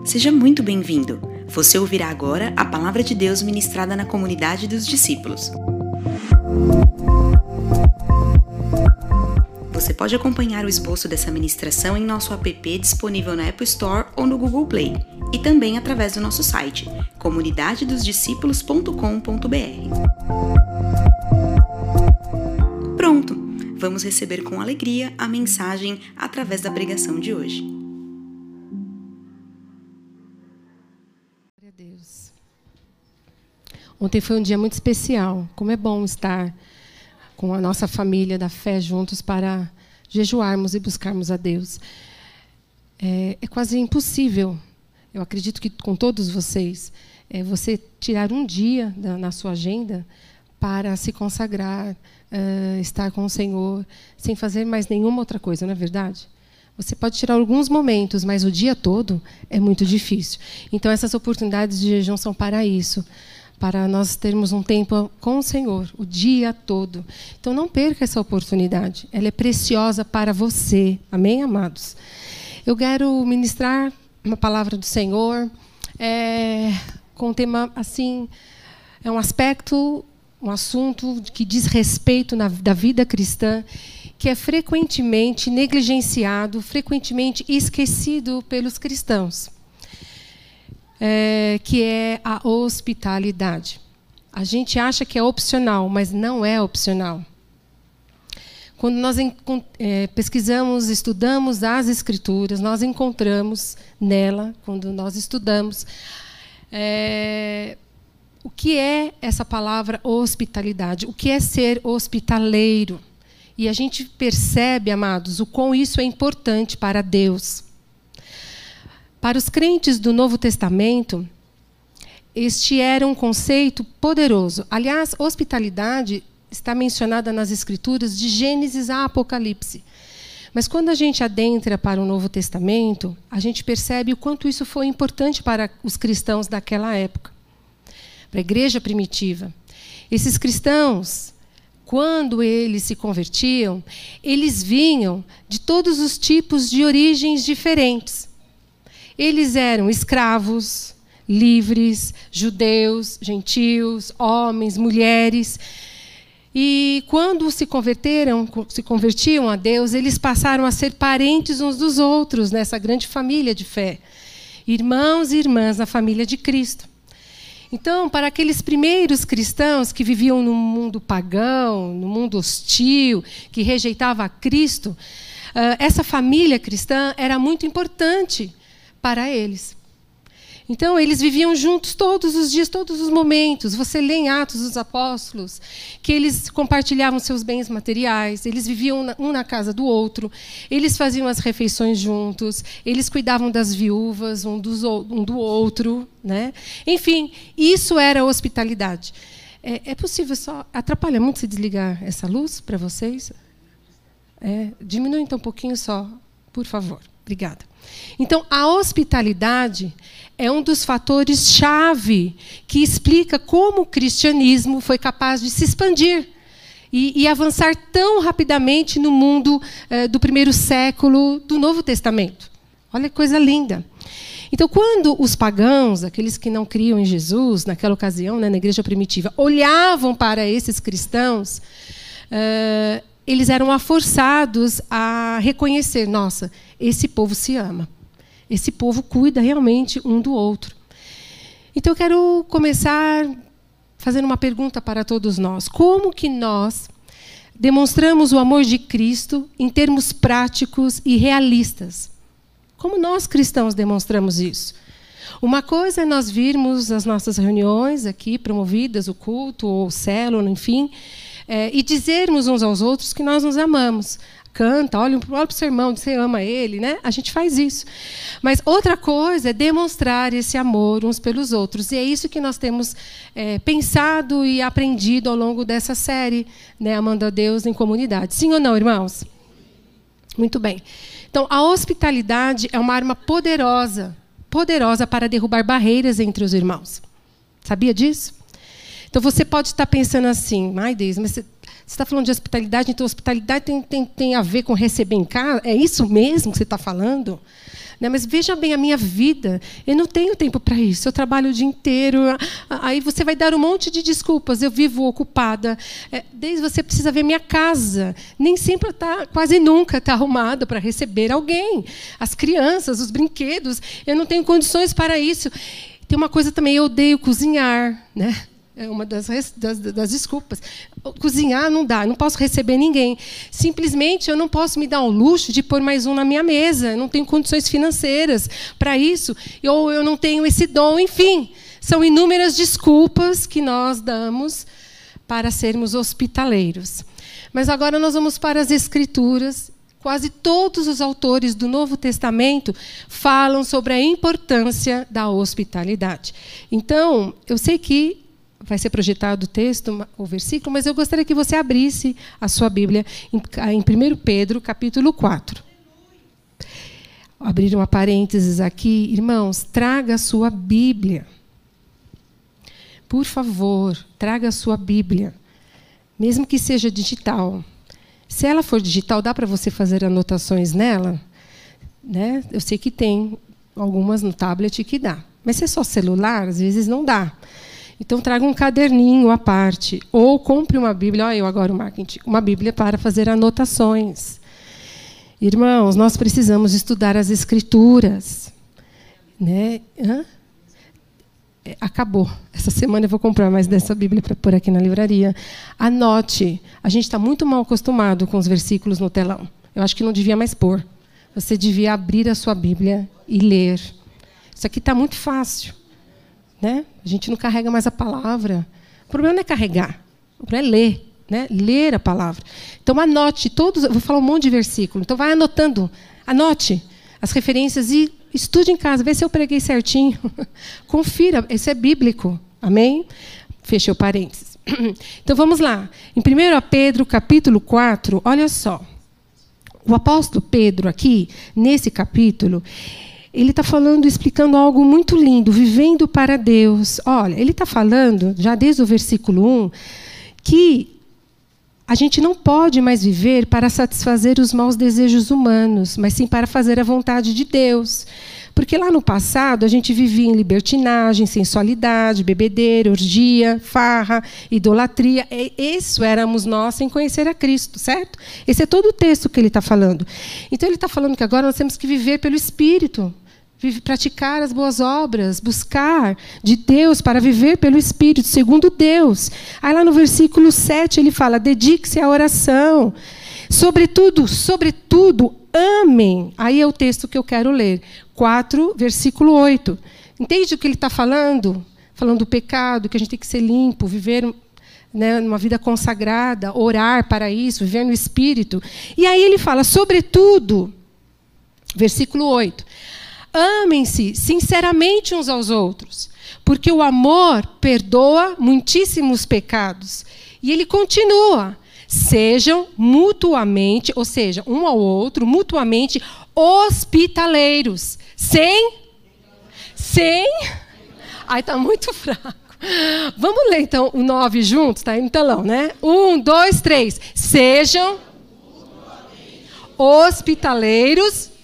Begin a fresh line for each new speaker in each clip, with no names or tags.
Seja muito bem-vindo. Você ouvirá agora a Palavra de Deus ministrada na comunidade dos discípulos. Você pode acompanhar o esboço dessa ministração em nosso app disponível na Apple Store ou no Google Play, e também através do nosso site, comunidadedosdiscípulos.com.br. Pronto! Vamos receber com alegria a mensagem através da pregação de hoje.
Glória a Deus. Ontem foi um dia muito especial. Como é bom estar com a nossa família da fé juntos para jejuarmos e buscarmos a Deus. É quase impossível, eu acredito que com todos vocês, você tirar um dia na sua agenda para se consagrar, estar com o Senhor, sem fazer mais nenhuma outra coisa, não é verdade? Você pode tirar alguns momentos, mas o dia todo é muito difícil. Então, essas oportunidades de jejum são para isso, para nós termos um tempo com o Senhor, o dia todo. Então, não perca essa oportunidade. Ela é preciosa para você. Amém, amados? Eu quero ministrar uma palavra do Senhor com um tema, assim, é um aspecto, um assunto que diz respeito da vida cristã, que é frequentemente negligenciado, frequentemente esquecido pelos cristãos. Que é a hospitalidade. A gente acha que é opcional, mas não é opcional. Quando nós pesquisamos, estudamos as Escrituras, nós encontramos nela, quando nós estudamos, o que é essa palavra hospitalidade, o que é ser hospitaleiro. E a gente percebe, amados, o quão isso é importante para Deus. Para os crentes do Novo Testamento, este era um conceito poderoso. Aliás, hospitalidade está mencionada nas Escrituras de Gênesis a Apocalipse. Mas quando a gente adentra para o Novo Testamento, a gente percebe o quanto isso foi importante para os cristãos daquela época, para a igreja primitiva. Esses cristãos, quando eles se convertiam, eles vinham de todos os tipos de origens diferentes. Eles eram escravos, livres, judeus, gentios, homens, mulheres. E quando se convertiam a Deus, eles passaram a ser parentes uns dos outros nessa grande família de fé. Irmãos e irmãs na família de Cristo. Então, para aqueles primeiros cristãos que viviam no mundo pagão, no mundo hostil, que rejeitava a Cristo, essa família cristã era muito importante para eles. Então, eles viviam juntos todos os dias, todos os momentos. Você lê em Atos dos Apóstolos que eles compartilhavam seus bens materiais, eles viviam um na casa do outro, eles faziam as refeições juntos, eles cuidavam das viúvas um do outro, né? Enfim, isso era hospitalidade. É possível só... Atrapalha muito se desligar essa luz para vocês? Diminui então um pouquinho só, por favor. Obrigada. Então, a hospitalidade é um dos fatores-chave que explica como o cristianismo foi capaz de se expandir e avançar tão rapidamente no mundo do primeiro século do Novo Testamento. Olha que coisa linda. Então, quando os pagãos, aqueles que não criam em Jesus, naquela ocasião, né, na igreja primitiva, olhavam para esses cristãos, eles eram forçados a reconhecer, nossa, esse povo se ama. Esse povo cuida realmente um do outro. Então, eu quero começar fazendo uma pergunta para todos nós. Como que nós demonstramos o amor de Cristo em termos práticos e realistas? Como nós, cristãos, demonstramos isso? Uma coisa é nós virmos as nossas reuniões aqui, promovidas, o culto, ou célula, enfim, e dizermos uns aos outros que nós nos amamos. Canta, olha para o seu irmão, você ama ele, né? A gente faz isso. Mas outra coisa é demonstrar esse amor uns pelos outros. E é isso que nós temos pensado e aprendido ao longo dessa série, né? Amando a Deus em comunidade. Sim ou não, irmãos? Muito bem. Então, a hospitalidade é uma arma poderosa para derrubar barreiras entre os irmãos. Sabia disso? Então, você pode estar pensando assim, ai Deus, mas Você está falando de hospitalidade, então hospitalidade tem a ver com receber em casa? É isso mesmo que você está falando? Né? Mas veja bem a minha vida. Eu não tenho tempo para isso. Eu trabalho o dia inteiro. Aí você vai dar um monte de desculpas. Eu vivo ocupada. Desde você precisa ver minha casa. Nem sempre quase nunca está arrumada para receber alguém. As crianças, os brinquedos. Eu não tenho condições para isso. Tem uma coisa também, eu odeio cozinhar, né? É uma das desculpas. Cozinhar não dá, não posso receber ninguém. Simplesmente eu não posso me dar o luxo de pôr mais um na minha mesa. Eu não tenho condições financeiras para isso. Ou eu não tenho esse dom. Enfim, são inúmeras desculpas que nós damos para sermos hospitaleiros. Mas agora nós vamos para as Escrituras. Quase todos os autores do Novo Testamento falam sobre a importância da hospitalidade. Então, eu sei que vai ser projetado o texto, o versículo, mas eu gostaria que você abrisse a sua Bíblia em 1 Pedro, capítulo 4. Abrir uma parênteses aqui. Irmãos, traga a sua Bíblia. Por favor, traga a sua Bíblia. Mesmo que seja digital. Se ela for digital, dá para você fazer anotações nela? Né? Eu sei que tem algumas no tablet que dá. Mas se é só celular, às vezes não dá. Então, traga um caderninho à parte. Ou compre uma Bíblia. Olha eu agora o marketing. Uma Bíblia para fazer anotações. Irmãos, nós precisamos estudar as Escrituras. Né? Acabou. Essa semana eu vou comprar mais dessa Bíblia para pôr aqui na livraria. Anote. A gente está muito mal acostumado com os versículos no telão. Eu acho que não devia mais pôr. Você devia abrir a sua Bíblia e ler. Isso aqui está muito fácil. Né? A gente não carrega mais a palavra. O problema não é carregar, o problema é ler, né? Ler a palavra. Então, anote todos. Eu vou falar um monte de versículo. Então, vai anotando. Anote as referências e estude em casa. Vê se eu preguei certinho. Confira. Isso é bíblico. Amém? Fechei o parênteses. Então, vamos lá. Em 1 Pedro, capítulo 4, olha só. O apóstolo Pedro, aqui, nesse capítulo, ele está falando, explicando algo muito lindo, vivendo para Deus. Olha, ele está falando, já desde o versículo 1, que a gente não pode mais viver para satisfazer os maus desejos humanos, mas sim para fazer a vontade de Deus. Porque lá no passado a gente vivia em libertinagem, sensualidade, bebedeira, orgia, farra, idolatria. Isso éramos nós sem conhecer a Cristo, certo? Esse é todo o texto que ele está falando. Então ele está falando que agora nós temos que viver pelo Espírito. Praticar as boas obras, buscar de Deus para viver pelo Espírito, segundo Deus. Aí lá no versículo 7 ele fala, dedique-se à oração. Sobretudo, amem. Aí é o texto que eu quero ler. 4, versículo 8. Entende o que ele está falando? Falando do pecado, que a gente tem que ser limpo, viver, né, uma vida consagrada, orar para isso, viver no Espírito. E aí ele fala, sobretudo, versículo 8. Amem-se sinceramente uns aos outros, porque o amor perdoa muitíssimos pecados. E ele continua, sejam mutuamente, ou seja, um ao outro, mutuamente hospitaleiros. Sem? Ai, está muito fraco. Vamos ler, então, o 9 juntos? Está aí no telão, né? 1, 2, 3. Sejam hospitaleiros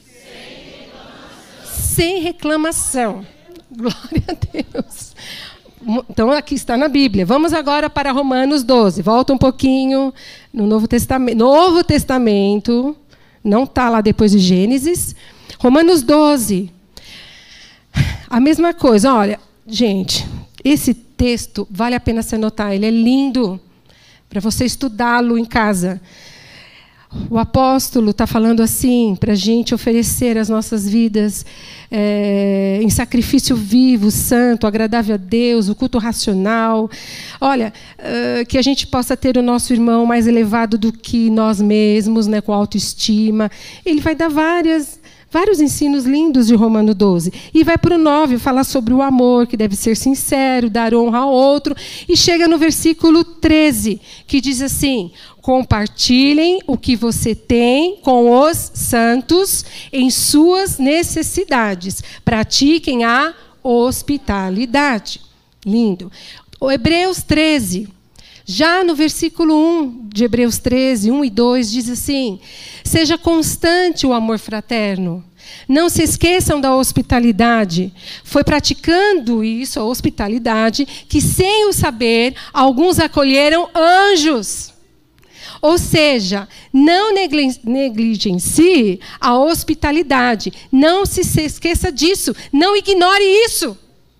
sem reclamação. Glória a Deus. Então, aqui está na Bíblia. Vamos agora para Romanos 12. Volta um pouquinho no Novo Testamento. Novo Testamento. Não está lá depois de Gênesis. Romanos 12. A mesma coisa. Olha, gente, esse texto vale a pena se anotar. Ele é lindo para você estudá-lo em casa. O apóstolo está falando assim, para a gente oferecer as nossas vidas em sacrifício vivo, santo, agradável a Deus, o culto racional. Olha, que a gente possa ter o nosso irmão mais elevado do que nós mesmos, né, com autoestima. Ele vai dar vários ensinos lindos de Romano 12. E vai para o 9, falar sobre o amor, que deve ser sincero, dar honra ao outro. E chega no versículo 13, que diz assim, compartilhem o que você tem com os santos em suas necessidades. Pratiquem a hospitalidade. Lindo. O Hebreus 13 Já no versículo 1 de Hebreus 13, 1 e 2, diz assim: seja constante o amor fraterno. Não se esqueçam da hospitalidade. Foi praticando isso, a hospitalidade, que, sem o saber, alguns acolheram anjos. Ou seja, não negligencie a hospitalidade. Não se esqueça disso. Não ignore isso.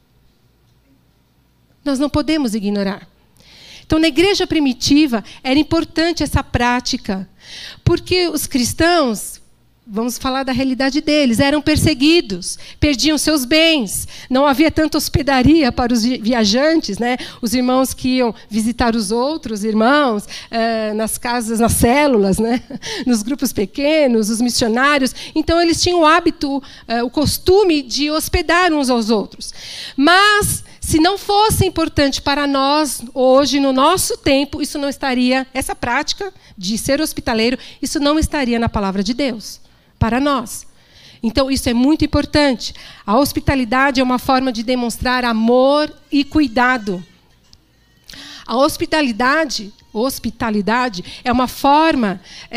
Nós não podemos ignorar. Então, na igreja primitiva, era importante essa prática, porque os cristãos, vamos falar da realidade deles, eram perseguidos, perdiam seus bens, não havia tanta hospedaria para os viajantes, né? Os irmãos que iam visitar os outros irmãos, nas casas, nas células, né? Nos grupos pequenos, os missionários. Então, eles tinham o hábito, o costume de hospedar uns aos outros. Mas, se não fosse importante para nós, hoje, no nosso tempo, isso não estaria, essa prática de ser hospitaleiro, isso não estaria na palavra de Deus, para nós. Então, isso é muito importante. A hospitalidade é uma forma de demonstrar amor e cuidado. A hospitalidade é uma forma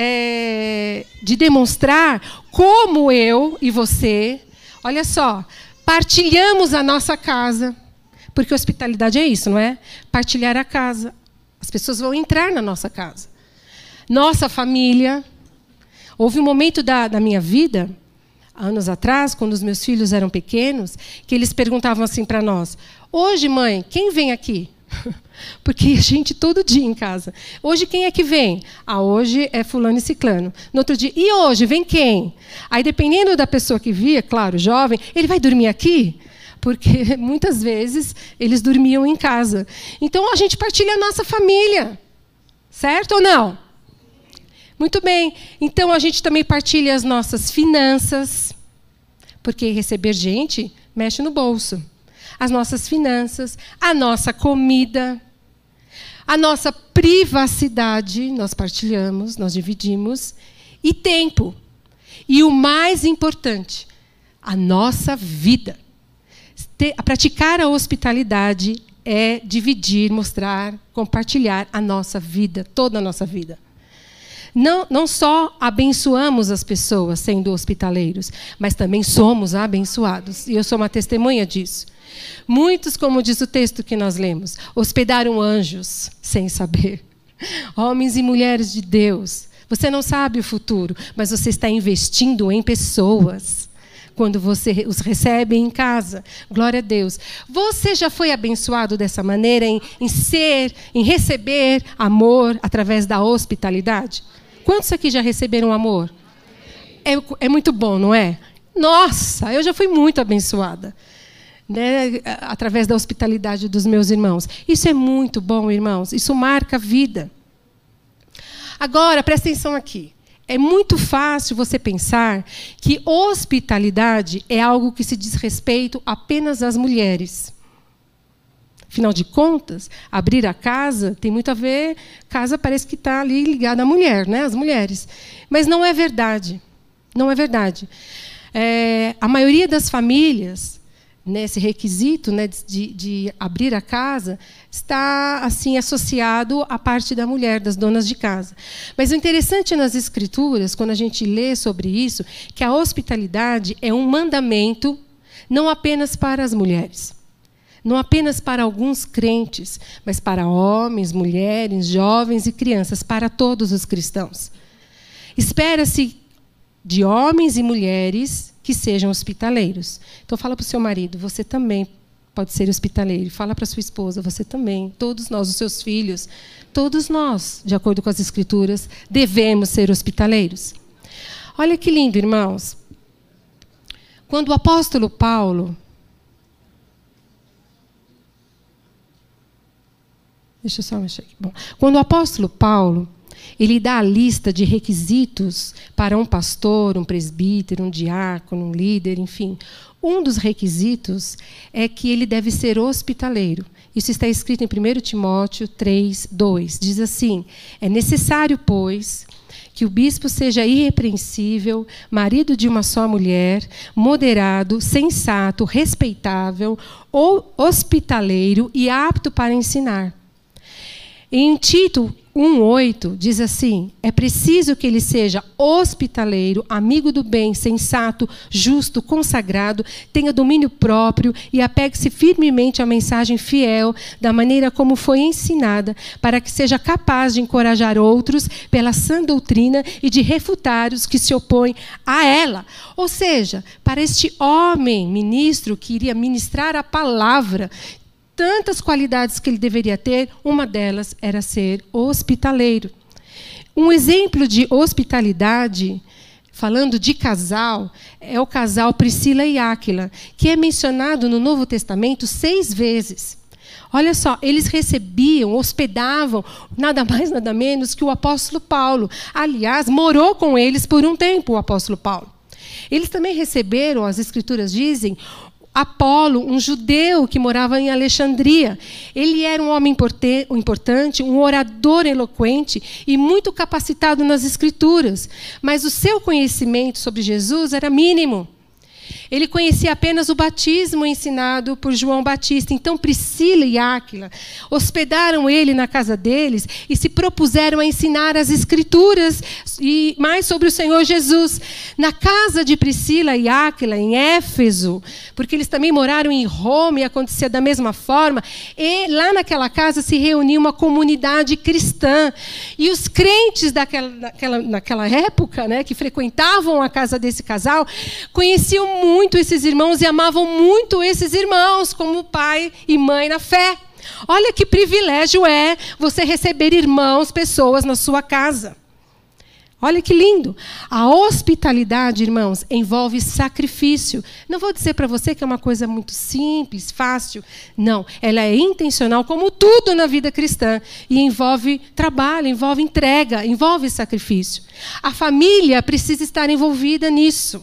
de demonstrar como eu e você, olha só, partilhamos a nossa casa. Porque hospitalidade é isso, não é? Partilhar a casa. As pessoas vão entrar na nossa casa. Nossa família. Houve um momento da minha vida, anos atrás, quando os meus filhos eram pequenos, que eles perguntavam assim para nós: hoje, mãe, quem vem aqui? Porque a gente todo dia em casa. Hoje quem é que vem? Ah, hoje é fulano e ciclano. No outro dia, e hoje, vem quem? Aí, dependendo da pessoa que via, claro, jovem, ele vai dormir aqui? Porque muitas vezes eles dormiam em casa. Então, a gente partilha a nossa família. Certo ou não? Muito bem. Então, a gente também partilha as nossas finanças. Porque receber gente mexe no bolso. As nossas finanças, a nossa comida, a nossa privacidade, nós partilhamos, nós dividimos. E tempo. E o mais importante, a nossa vida. Praticar a hospitalidade é dividir, mostrar, compartilhar a nossa vida, toda a nossa vida. Não só abençoamos as pessoas sendo hospitaleiros, mas também somos abençoados. E eu sou uma testemunha disso. Muitos, como diz o texto que nós lemos, hospedaram anjos sem saber. Homens e mulheres de Deus. Você não sabe o futuro, mas você está investindo em pessoas. Quando você os recebe em casa. Glória a Deus. Você já foi abençoado dessa maneira, em receber amor através da hospitalidade? Quantos aqui já receberam amor? É muito bom, não é? Nossa, eu já fui muito abençoada, né, através da hospitalidade dos meus irmãos. Isso é muito bom, irmãos. Isso marca a vida. Agora, presta atenção aqui. É muito fácil você pensar que hospitalidade é algo que se diz respeito apenas às mulheres. Afinal de contas, abrir a casa tem muito a ver... Casa parece que está ali ligada à mulher, né? Às mulheres. Mas não é verdade. Não é verdade. A maioria das famílias, nesse requisito, né, de abrir a casa, está assim associado à parte da mulher, das donas de casa. Mas o interessante nas Escrituras, quando a gente lê sobre isso, que a hospitalidade é um mandamento não apenas para as mulheres, não apenas para alguns crentes, mas para homens, mulheres, jovens e crianças, para todos os cristãos. Espera-se de homens e mulheres que sejam hospitaleiros. Então, fala para o seu marido, você também pode ser hospitaleiro. Fala para a sua esposa, você também. Todos nós, os seus filhos, todos nós, de acordo com as Escrituras, devemos ser hospitaleiros. Olha que lindo, irmãos. Quando o apóstolo Paulo... Deixa eu só mexer aqui. Bom, quando o apóstolo Paulo... ele dá a lista de requisitos para um pastor, um presbítero, um diácono, um líder, enfim. Um dos requisitos é que ele deve ser hospitaleiro. Isso está escrito em 1 Timóteo 3, 2. Diz assim: é necessário, pois, que o bispo seja irrepreensível, marido de uma só mulher, moderado, sensato, respeitável, ou hospitaleiro e apto para ensinar. Em Tito 1:8 diz assim: é preciso que ele seja hospitaleiro, amigo do bem, sensato, justo, consagrado, tenha domínio próprio e apegue-se firmemente à mensagem fiel, da maneira como foi ensinada, para que seja capaz de encorajar outros pela sã doutrina e de refutar os que se opõem a ela. Ou seja, para este homem ministro que iria ministrar a palavra, tantas qualidades que ele deveria ter, uma delas era ser hospitaleiro. Um exemplo de hospitalidade, falando de casal, é o casal Priscila e Áquila, que é mencionado no Novo Testamento 6 vezes. Olha só, eles recebiam, hospedavam, nada mais, nada menos que o apóstolo Paulo. Aliás, morou com eles por um tempo o apóstolo Paulo. Eles também receberam, as Escrituras dizem, Apolo, um judeu que morava em Alexandria. Ele era um homem importante, um orador eloquente e muito capacitado nas Escrituras. Mas o seu conhecimento sobre Jesus era mínimo. Ele conhecia apenas o batismo ensinado por João Batista. Então, Priscila e Áquila hospedaram ele na casa deles e se propuseram a ensinar as Escrituras e mais sobre o Senhor Jesus. Na casa de Priscila e Áquila, em Éfeso, porque eles também moraram em Roma e acontecia da mesma forma, e lá naquela casa se reunia uma comunidade cristã. E os crentes naquela época, né, que frequentavam a casa desse casal, conheciam muito esses irmãos e amavam muito esses irmãos como pai e mãe na fé. Olha que privilégio é você receber irmãos, pessoas na sua casa. Olha que lindo. A hospitalidade, irmãos, envolve sacrifício. Não vou dizer para você que é uma coisa muito simples, fácil. Não, ela é intencional, como tudo na vida cristã. E envolve trabalho, envolve entrega, envolve sacrifício. A família precisa estar envolvida nisso.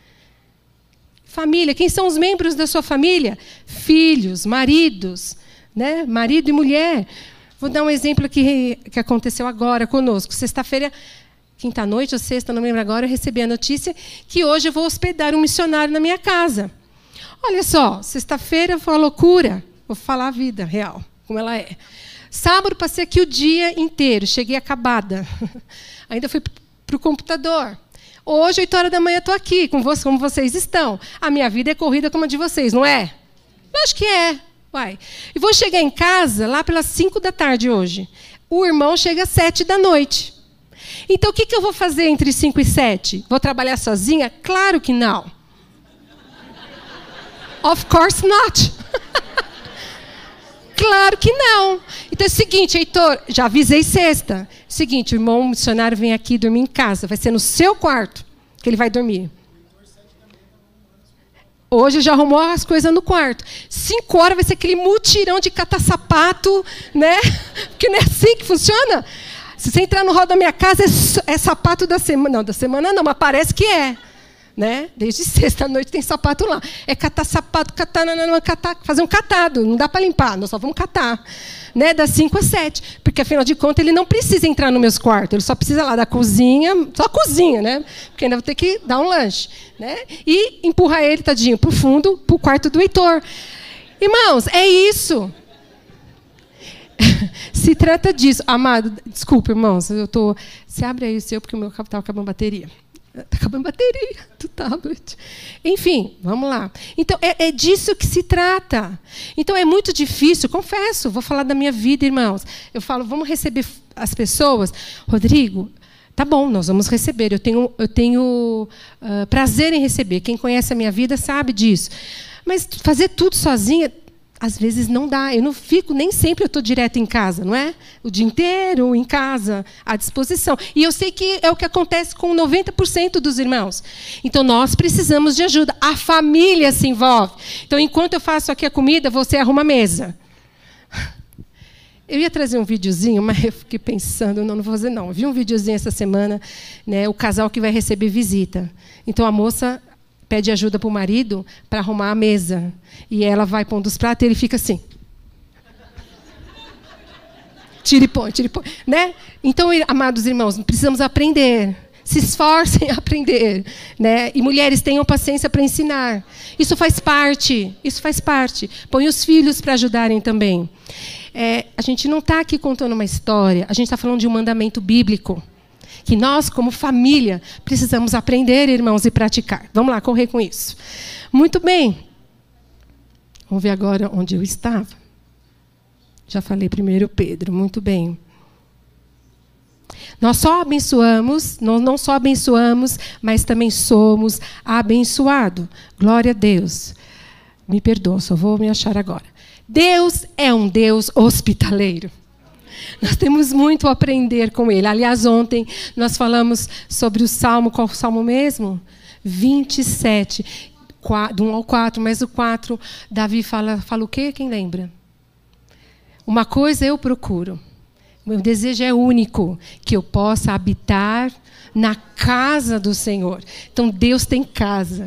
Família, quem são os membros da sua família? Filhos, maridos, né? Marido e mulher. Vou dar um exemplo aqui que aconteceu agora conosco. Sexta-feira, quinta-noite ou sexta, não lembro agora, eu recebi a notícia que hoje eu vou hospedar um missionário na minha casa. Olha só, sexta-feira foi uma loucura. Vou falar a vida real, como ela é. Sábado, passei aqui o dia inteiro, cheguei acabada. Ainda fui para o computador. Hoje, 8 horas da manhã, estou aqui, como vocês estão. A minha vida é corrida como a de vocês, não é? Eu acho que é. Uai. E vou chegar em casa lá pelas 5 da tarde hoje. O irmão chega às 7 da noite. Então, o que eu vou fazer entre 5 e 7? Vou trabalhar sozinha? Claro que não. Of course not. Claro que não. Então é o seguinte, Heitor, já avisei sexta. Seguinte, o irmão missionário vem aqui dormir em casa. Vai ser no seu quarto que ele vai dormir. Hoje já arrumou as coisas no quarto. 5 horas vai ser aquele mutirão de catar sapato, né? Porque não é assim que funciona. Se você entrar no hall da minha casa, é sapato da semana. Não, da semana não, mas parece que é. Né? Desde sexta-noite tem sapato lá. É catar sapato, fazer um catado. Não dá para limpar, nós só vamos catar. Né? Das 5 às 7. Porque, afinal de contas, ele não precisa entrar nos meus quartos. Ele só precisa lá da cozinha, só a cozinha, né? Porque ainda vou ter que dar um lanche. Né? E empurrar ele, tadinho, para o fundo, para o quarto do Heitor. Irmãos, é isso. Se trata disso. Amado, desculpa, irmãos. Você abre aí o seu, porque o meu estava acabando a bateria. Está acabando a bateria do tablet. Enfim, vamos lá. Então, é disso que se trata. Então, é muito difícil, confesso, vou falar da minha vida, irmãos. Eu falo, vamos receber as pessoas. Rodrigo, tá bom, nós vamos receber. Eu tenho prazer em receber. Quem conhece a minha vida sabe disso. Mas fazer tudo sozinha, às vezes não dá. Eu não fico, nem sempre eu estou direto em casa, não é? O dia inteiro em casa, à disposição. E eu sei que é o que acontece com 90% dos irmãos. Então, nós precisamos de ajuda. A família se envolve. Então, enquanto eu faço aqui a comida, você arruma a mesa. Eu ia trazer um videozinho, mas eu fiquei pensando, não vou fazer não. Eu vi um videozinho essa semana, né, o casal que vai receber visita. Então, a moça pede ajuda para o marido para arrumar a mesa. E ela vai pondo os pratos e ele fica assim. Tira e põe, né? Então, amados irmãos, precisamos aprender. Se esforcem a aprender. Né? E mulheres, tenham paciência para ensinar. Isso faz parte. Põe os filhos para ajudarem também. a gente não está aqui contando uma história, a gente está falando de um mandamento bíblico, que nós, como família, precisamos aprender, irmãos, e praticar. Vamos lá, correr com isso. Muito bem. Vamos ver agora onde eu estava. Já falei 1 Pedro, muito bem. Nós só abençoamos, não só abençoamos, mas também somos abençoados. Glória a Deus. Me perdoa, só vou me achar agora. Deus é um Deus hospitaleiro. Nós temos muito a aprender com Ele. Aliás, ontem nós falamos sobre o Salmo, qual o Salmo mesmo? 27, do 1 ao 4, mas o 4, Davi fala o quê? Quem lembra? Uma coisa eu procuro. Meu desejo é único, que eu possa habitar na casa do Senhor. Então, Deus tem casa.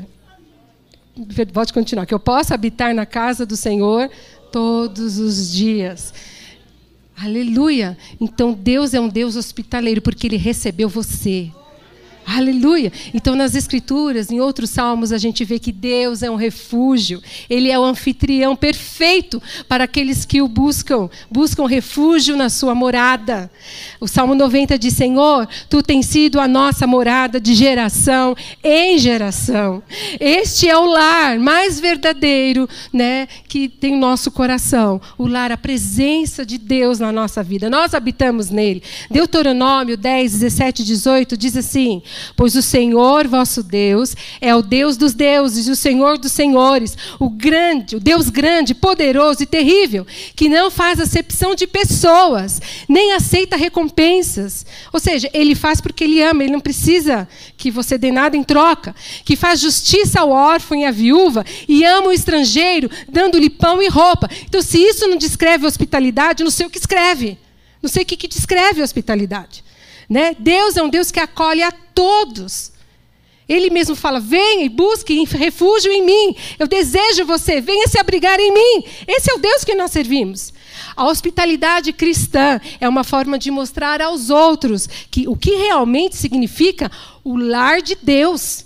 Pode continuar. Que eu possa habitar na casa do Senhor todos os dias. Aleluia. Então, Deus é um Deus hospitaleiro, porque Ele recebeu você. Aleluia. Então, nas Escrituras, em outros salmos, a gente vê que Deus é um refúgio. Ele é o anfitrião perfeito para aqueles que o buscam refúgio na sua morada. O Salmo 90 diz, Senhor, Tu tens sido a nossa morada de geração em geração. Este é o lar mais verdadeiro, né, que tem o nosso coração. O lar, a presença de Deus na nossa vida. Nós habitamos nele. Deuteronômio 10, 17, 18 diz assim, pois o Senhor, vosso Deus, é o Deus dos deuses e o Senhor dos senhores, o Deus grande, poderoso e terrível, que não faz acepção de pessoas, nem aceita recompensas. Ou seja, Ele faz porque Ele ama, Ele não precisa que você dê nada em troca, que faz justiça ao órfão e à viúva e ama o estrangeiro, dando-lhe pão e roupa. Então, se isso não descreve hospitalidade, eu não sei o que escreve. Não sei o que descreve hospitalidade. Né? Deus é um Deus que acolhe a todos. Ele mesmo fala, venha e busque refúgio em mim. Eu desejo você, venha se abrigar em mim. Esse é o Deus que nós servimos. A hospitalidade cristã é uma forma de mostrar aos outros o que realmente significa o lar de Deus.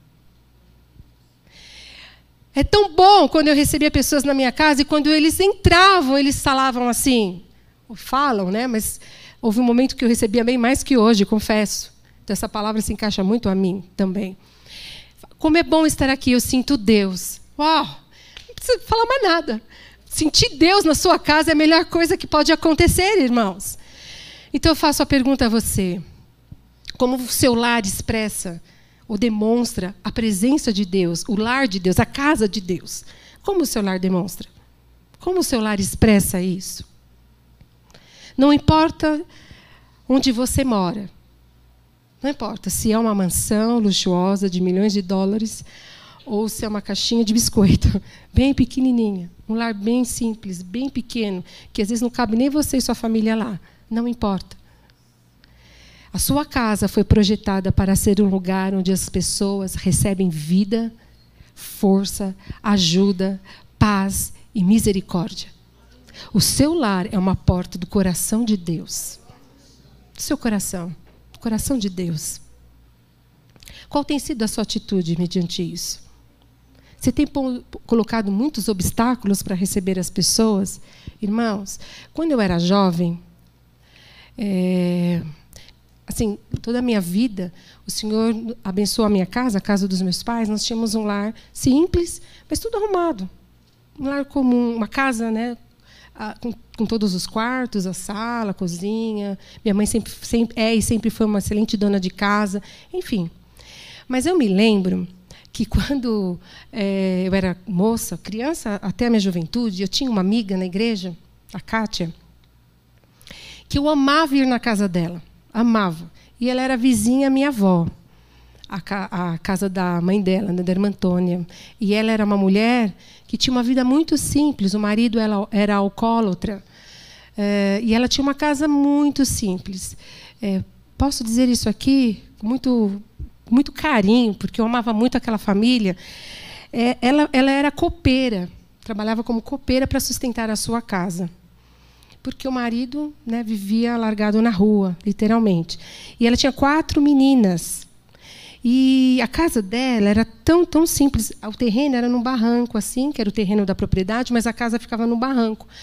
É tão bom quando eu recebia pessoas na minha casa e quando eles entravam, eles falavam assim, falam, né? Mas houve um momento que eu recebia bem mais que hoje, confesso. Então, essa palavra se encaixa muito a mim também. Como é bom estar aqui, eu sinto Deus. Uau! Não precisa falar mais nada. Sentir Deus na sua casa é a melhor coisa que pode acontecer, irmãos. Então, eu faço a pergunta a você. Como o seu lar expressa ou demonstra a presença de Deus, o lar de Deus, a casa de Deus? Como o seu lar demonstra? Como o seu lar expressa isso? Não importa onde você mora. Não importa se é uma mansão luxuosa de milhões de dólares ou se é uma caixinha de biscoito, bem pequenininha. Um lar bem simples, bem pequeno, que às vezes não cabe nem você e sua família lá. Não importa. A sua casa foi projetada para ser um lugar onde as pessoas recebem vida, força, ajuda, paz e misericórdia. O seu lar é uma porta do coração de Deus. Do seu coração. Do coração de Deus. Qual tem sido a sua atitude mediante isso? Você tem colocado muitos obstáculos para receber as pessoas? Irmãos, quando eu era jovem, assim, toda a minha vida, o Senhor abençoou a minha casa, a casa dos meus pais. Nós tínhamos um lar simples, mas tudo arrumado. Um lar comum, uma casa, né? Com todos os quartos, a sala, a cozinha. Minha mãe sempre foi uma excelente dona de casa, enfim. Mas eu me lembro que quando eu era moça, criança, até a minha juventude, eu tinha uma amiga na igreja, a Kátia, que eu amava ir na casa dela, amava. E ela era vizinha à minha avó, a casa da mãe dela, da irmã Antônia. E ela era uma mulher que tinha uma vida muito simples. O marido era alcoólatra. E ela tinha uma casa muito simples. Posso dizer isso aqui com muito carinho, porque eu amava muito aquela família. Ela era copeira, trabalhava como copeira para sustentar a sua casa. Porque o marido, né, vivia largado na rua, literalmente. E ela tinha 4 meninas. E a casa dela era tão simples. O terreno era num barranco, assim, que era o terreno da propriedade, mas a casa ficava num barranco.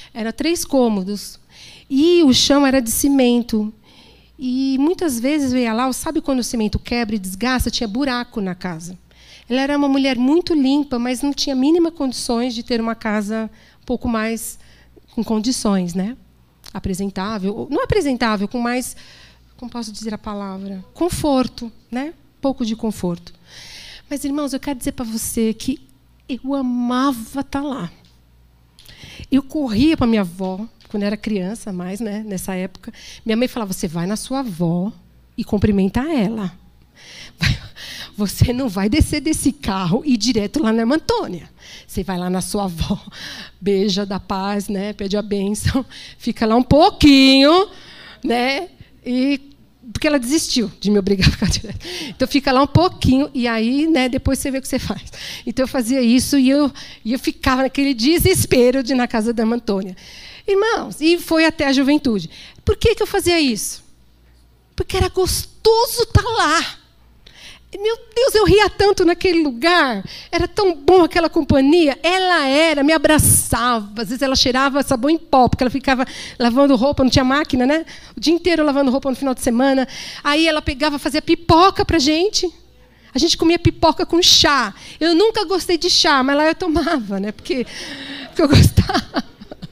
Era 3 cômodos. E o chão era de cimento. E muitas vezes eu ia lá, sabe quando o cimento quebra e desgasta? Tinha buraco na casa. Ela era uma mulher muito limpa, mas não tinha mínima condições de ter uma casa um pouco mais com condições, né? Apresentável. Não apresentável, com mais, como posso dizer a palavra? Conforto, né? Um pouco de conforto. Mas, irmãos, eu quero dizer para você que eu amava estar lá. Eu corria para minha avó, quando era criança, mais, né, nessa época. Minha mãe falava, você vai na sua avó e cumprimenta ela. Você não vai descer desse carro e ir direto lá na Irmã Antônia. Você vai lá na sua avó, beija, dá paz, né, pede a bênção, fica lá um pouquinho, né, porque ela desistiu de me obrigar a ficar direto. Então, fica lá um pouquinho e aí, né, depois você vê o que você faz. Então, eu fazia isso e eu ficava naquele desespero de ir na casa da Irmã Antônia. Irmãos, e foi até a juventude. Por que eu fazia isso? Porque era gostoso estar lá. Meu Deus, eu ria tanto naquele lugar. Era tão bom aquela companhia. Ela me abraçava. Às vezes ela cheirava sabão em pó, porque ela ficava lavando roupa, não tinha máquina, né? O dia inteiro lavando roupa no final de semana. Aí ela pegava, fazia pipoca para a gente. A gente comia pipoca com chá. Eu nunca gostei de chá, mas lá eu tomava, né? Porque eu gostava.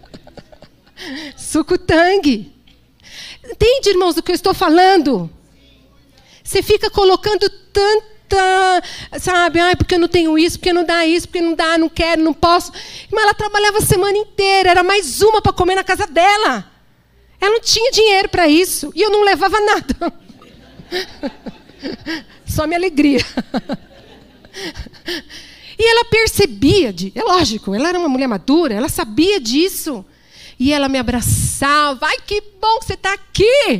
Suco tangue. Entende, irmãos, do que eu estou falando? Você fica colocando tanta, sabe, porque eu não tenho isso, porque não dá isso, porque não dá, não quero, não posso. Mas ela trabalhava a semana inteira, era mais uma para comer na casa dela. Ela não tinha dinheiro para isso, e eu não levava nada. Só minha alegria. E ela percebia, é lógico, ela era uma mulher madura, ela sabia disso. E ela me abraçava. Ai, que bom que você está aqui.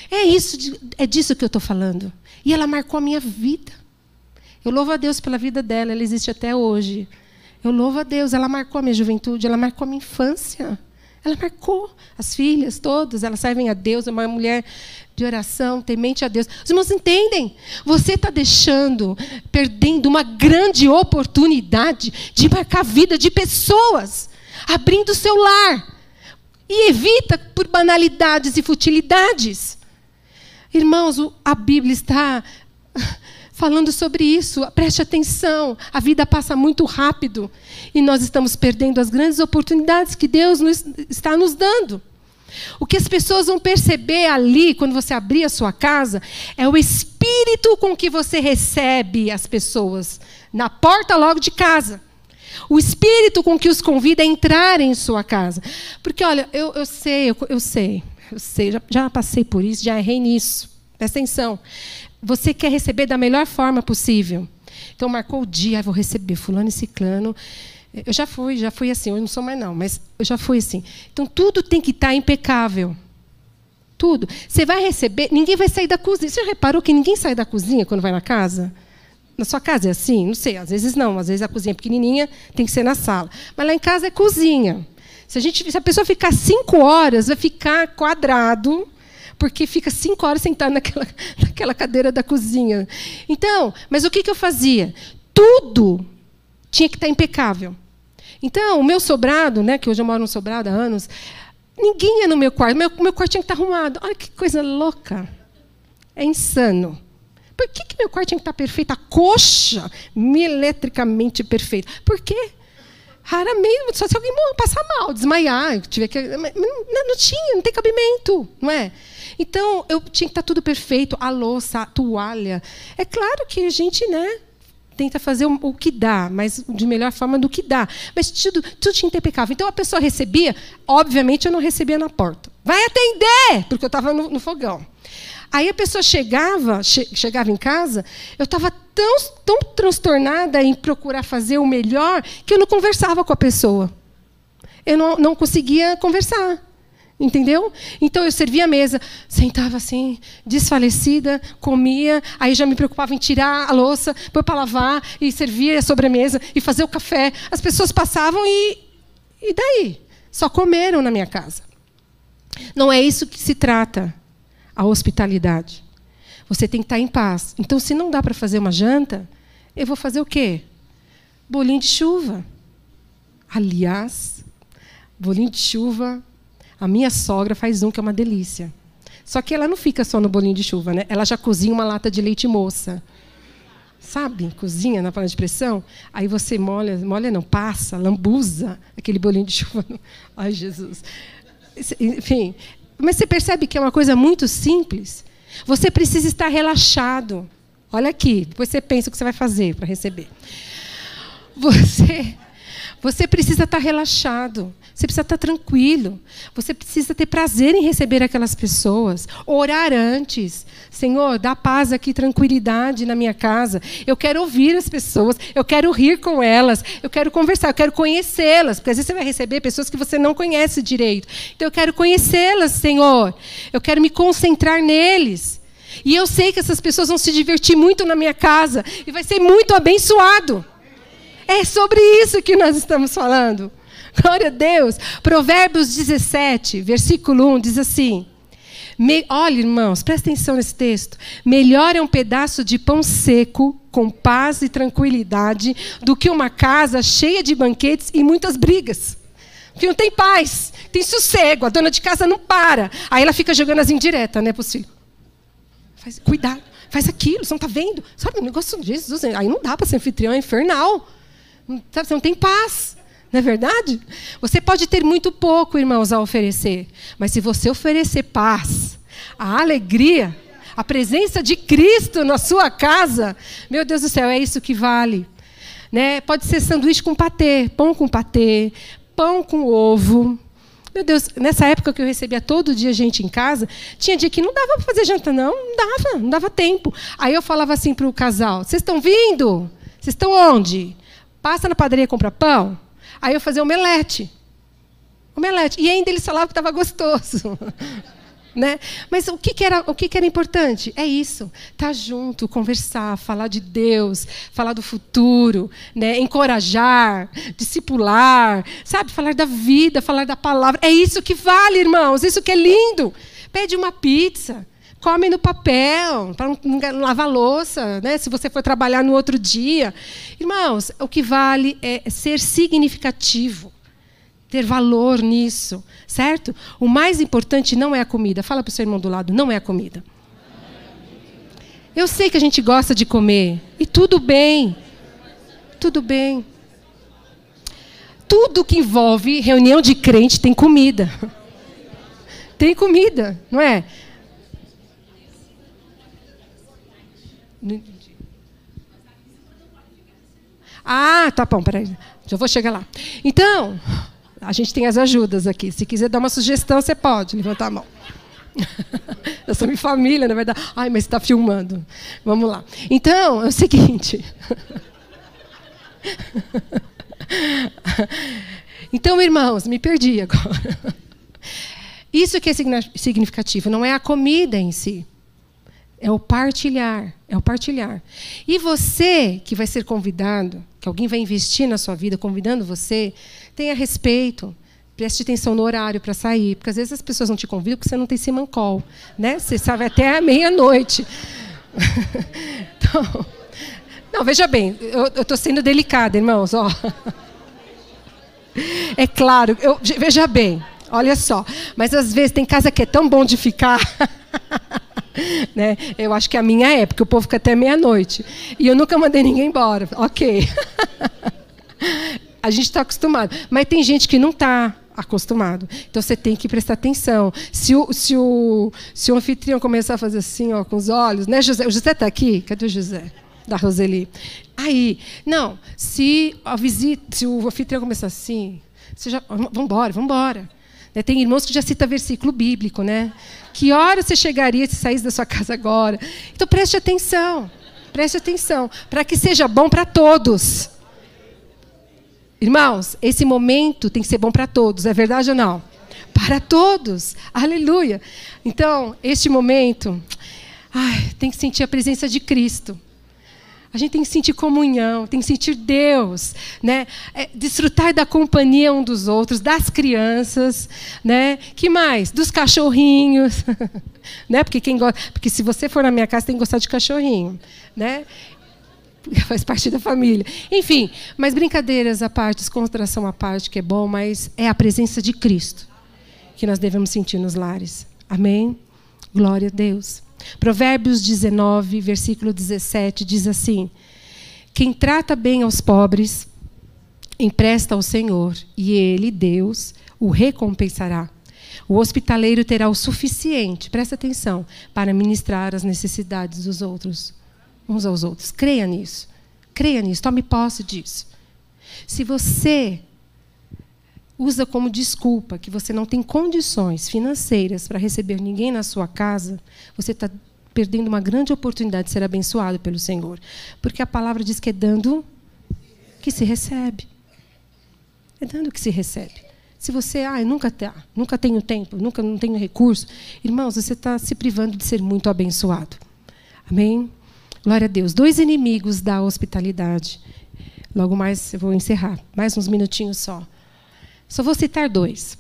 É disso que eu estou falando. E ela marcou a minha vida. Eu louvo a Deus pela vida dela. Ela existe até hoje. Eu louvo a Deus. Ela marcou a minha juventude. Ela marcou a minha infância. Ela marcou as filhas todas. Elas servem a Deus. É uma mulher de oração, temente a Deus. Os irmãos entendem? Você está perdendo uma grande oportunidade de marcar a vida de pessoas. Abrindo o seu lar. E evita por banalidades e futilidades. Irmãos, a Bíblia está falando sobre isso. Preste atenção. A vida passa muito rápido. E nós estamos perdendo as grandes oportunidades que Deus está nos dando. O que as pessoas vão perceber ali, quando você abrir a sua casa, é o espírito com que você recebe as pessoas. Na porta logo de casa. O espírito com que os convida a entrarem em sua casa. Porque, olha, eu sei, já passei por isso, já errei nisso. Presta atenção. Você quer receber da melhor forma possível. Então, marcou o dia, vou receber fulano e ciclano. Eu já fui assim, eu não sou mais não, mas eu já fui assim. Então, tudo tem que estar impecável. Tudo. Você vai receber, ninguém vai sair da cozinha. Você já reparou que ninguém sai da cozinha quando vai na casa? Na sua casa é assim? Não sei, às vezes não. Às vezes a cozinha é pequenininha, tem que ser na sala. Mas lá em casa é cozinha. Se a pessoa ficar 5 horas, vai ficar quadrado, porque fica 5 horas sentado naquela cadeira da cozinha. Então, mas o que eu fazia? Tudo tinha que estar impecável. Então, o meu sobrado, né, que hoje eu moro num sobrado há anos, ninguém ia no meu quarto. Meu quarto tinha que estar arrumado. Olha que coisa louca. É insano. Por que meu quarto tinha que estar perfeito? A coxa, milimetricamente perfeita. Por quê? Raramente, só se alguém passar mal, desmaiar, tiver que. Não tem cabimento, não é? Então, eu tinha que estar tudo perfeito, a louça, a toalha. É claro que a gente, né, tenta fazer o que dá, mas de melhor forma do que dá. Mas tudo tinha que ter impecável. Então, a pessoa recebia, obviamente, eu não recebia na porta. Vai atender, porque eu estava no fogão. Aí a pessoa chegava em casa, eu estava tão transtornada em procurar fazer o melhor que eu não conversava com a pessoa. Eu não conseguia conversar. Entendeu? Então eu servia a mesa, sentava assim, desfalecida, comia, aí já me preocupava em tirar a louça, pôr para lavar, e servia a sobremesa, e fazer o café. As pessoas passavam e daí? Só comeram na minha casa. Não é isso que se trata. A hospitalidade. Você tem que estar em paz. Então, se não dá para fazer uma janta, eu vou fazer o quê? Bolinho de chuva. Aliás, Bolinho de chuva, a minha sogra faz um que é uma delícia. Só que ela não fica só no bolinho de chuva, né? Ela já cozinha uma lata de leite moça. Sabe? Cozinha na panela de pressão. Aí você molha não, passa, lambuza aquele bolinho de chuva. Ai, Jesus. Enfim, mas você percebe que é uma coisa muito simples? Você precisa estar relaxado. Olha aqui, depois você pensa o que você vai fazer para receber. Você precisa estar relaxado. Você precisa estar tranquilo. Você precisa ter prazer em receber aquelas pessoas. Orar antes. Senhor, dá paz aqui, tranquilidade na minha casa. Eu quero ouvir as pessoas. Eu quero rir com elas. Eu quero conversar. Eu quero conhecê-las. Porque às vezes você vai receber pessoas que você não conhece direito. Então eu quero conhecê-las, Senhor. Eu quero me concentrar neles. E eu sei que essas pessoas vão se divertir muito na minha casa. E vai ser muito abençoado. É sobre isso que nós estamos falando. Glória a Deus. Provérbios 17, versículo 1, diz assim. Olha, irmãos, presta atenção nesse texto. Melhor é um pedaço de pão seco, com paz e tranquilidade, do que uma casa cheia de banquetes e muitas brigas. Porque não tem paz, tem sossego, a dona de casa não para. Aí ela fica jogando as indiretas, né, para os filhos. Cuidado, faz aquilo, você não está vendo? Sabe, o negócio de Jesus, aí não dá para ser anfitrião, é infernal. Você não tem paz. Não é verdade? Você pode ter muito pouco, irmãos, a oferecer. Mas se você oferecer paz, a alegria, a presença de Cristo na sua casa, meu Deus do céu, é isso que vale. Né? Pode ser sanduíche com patê, pão com ovo. Meu Deus, nessa época que eu recebia todo dia gente em casa, tinha dia que não dava para fazer janta, não dava tempo. Aí eu falava assim para o casal, vocês estão vindo? Vocês estão onde? Passa na padaria e compra pão. Aí eu fazia omelete. E ainda eles falavam que estava gostoso. Né? Mas o que era importante? É isso. Estar junto, conversar, falar de Deus, falar do futuro, né? Encorajar, discipular, sabe? Falar da vida, falar da palavra. É isso que vale, irmãos. Isso que é lindo. Pede uma pizza. Come no papel, para não lavar louça, né? Se você for trabalhar no outro dia. Irmãos, o que vale é ser significativo, ter valor nisso, certo? O mais importante não é a comida. Fala para o seu irmão do lado, não é a comida. Eu sei que a gente gosta de comer, e tudo bem. Tudo bem. Tudo que envolve reunião de crente tem comida. Tem comida, não é? Ah, tá bom, peraí. Já vou chegar lá. Então, a gente tem as ajudas aqui. Se quiser dar uma sugestão, você pode levantar a mão. Eu sou minha família, na verdade. Ai, mas você está filmando. Vamos lá. Então, é o seguinte. Então, irmãos, me perdi agora. Isso que é significativo, não é a comida em si. É o partilhar, é o partilhar. E você que vai ser convidado, que alguém vai investir na sua vida, convidando você, tenha respeito, preste atenção no horário para sair, porque às vezes as pessoas não te convidam porque você não tem simancol, né? Você sabe até a meia-noite. Então, não, veja bem, eu estou sendo delicada, irmãos. Ó. É claro, veja bem, olha só, mas às vezes tem casa que é tão bom de ficar... Né? Eu acho que a minha é, porque o povo fica até meia-noite. E eu nunca mandei ninguém embora. Ok. A gente está acostumado. Mas tem gente que não está acostumado. Então você tem que prestar atenção. Se o anfitrião começar a fazer assim, ó, com os olhos, né, José? O José está aqui? Cadê o José? Da Roseli. Aí, não, se o anfitrião começar assim, você já. Vamos embora. Tem irmãos que já citam versículo bíblico, né? Que hora você chegaria se saísse da sua casa agora? Então preste atenção, para que seja bom para todos. Irmãos, esse momento tem que ser bom para todos, é verdade ou não? Para todos, aleluia. Então, este momento, tem que sentir a presença de Cristo. A gente tem que sentir comunhão, tem que sentir Deus, né? Desfrutar da companhia um dos outros, das crianças, né? Que mais? Dos cachorrinhos, né? Porque se você for na minha casa tem que gostar de cachorrinho, né? Faz parte da família. Enfim, mas brincadeiras à parte, descontração à parte, que é bom, mas é a presença de Cristo que nós devemos sentir nos lares. Amém? Glória a Deus. Provérbios 19, versículo 17, diz assim: quem trata bem aos pobres, empresta ao Senhor, e Ele, Deus, o recompensará. O hospitaleiro terá o suficiente, presta atenção, para ministrar as necessidades dos outros, uns aos outros. Creia nisso. Creia nisso. Tome posse disso. Se você usa como desculpa que você não tem condições financeiras para receber ninguém na sua casa, você está perdendo uma grande oportunidade de ser abençoado pelo Senhor. Porque a palavra diz que é dando que se recebe. É dando que se recebe. Se você, eu nunca tenho tempo, nunca não tenho recurso, irmãos, você está se privando de ser muito abençoado. Amém? Glória a Deus. 2 inimigos da hospitalidade. Logo mais eu vou encerrar. Mais uns minutinhos só. Só vou citar 2.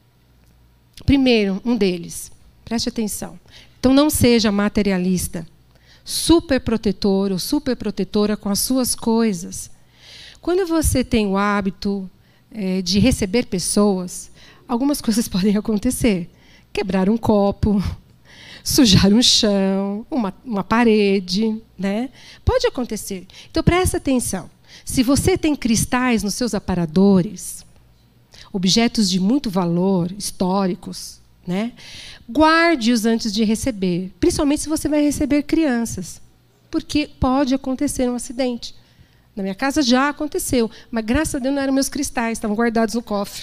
Primeiro, um deles. Preste atenção. Então, não seja materialista. Superprotetor ou superprotetora com as suas coisas. Quando você tem o hábito de receber pessoas, algumas coisas podem acontecer. Quebrar um copo, sujar um chão, uma parede, né? Pode acontecer. Então, presta atenção. Se você tem cristais nos seus aparadores, objetos de muito valor, históricos, né? Guarde-os antes de receber, principalmente se você vai receber crianças, porque pode acontecer um acidente. Na minha casa já aconteceu, mas graças a Deus não eram meus cristais, estavam guardados no cofre.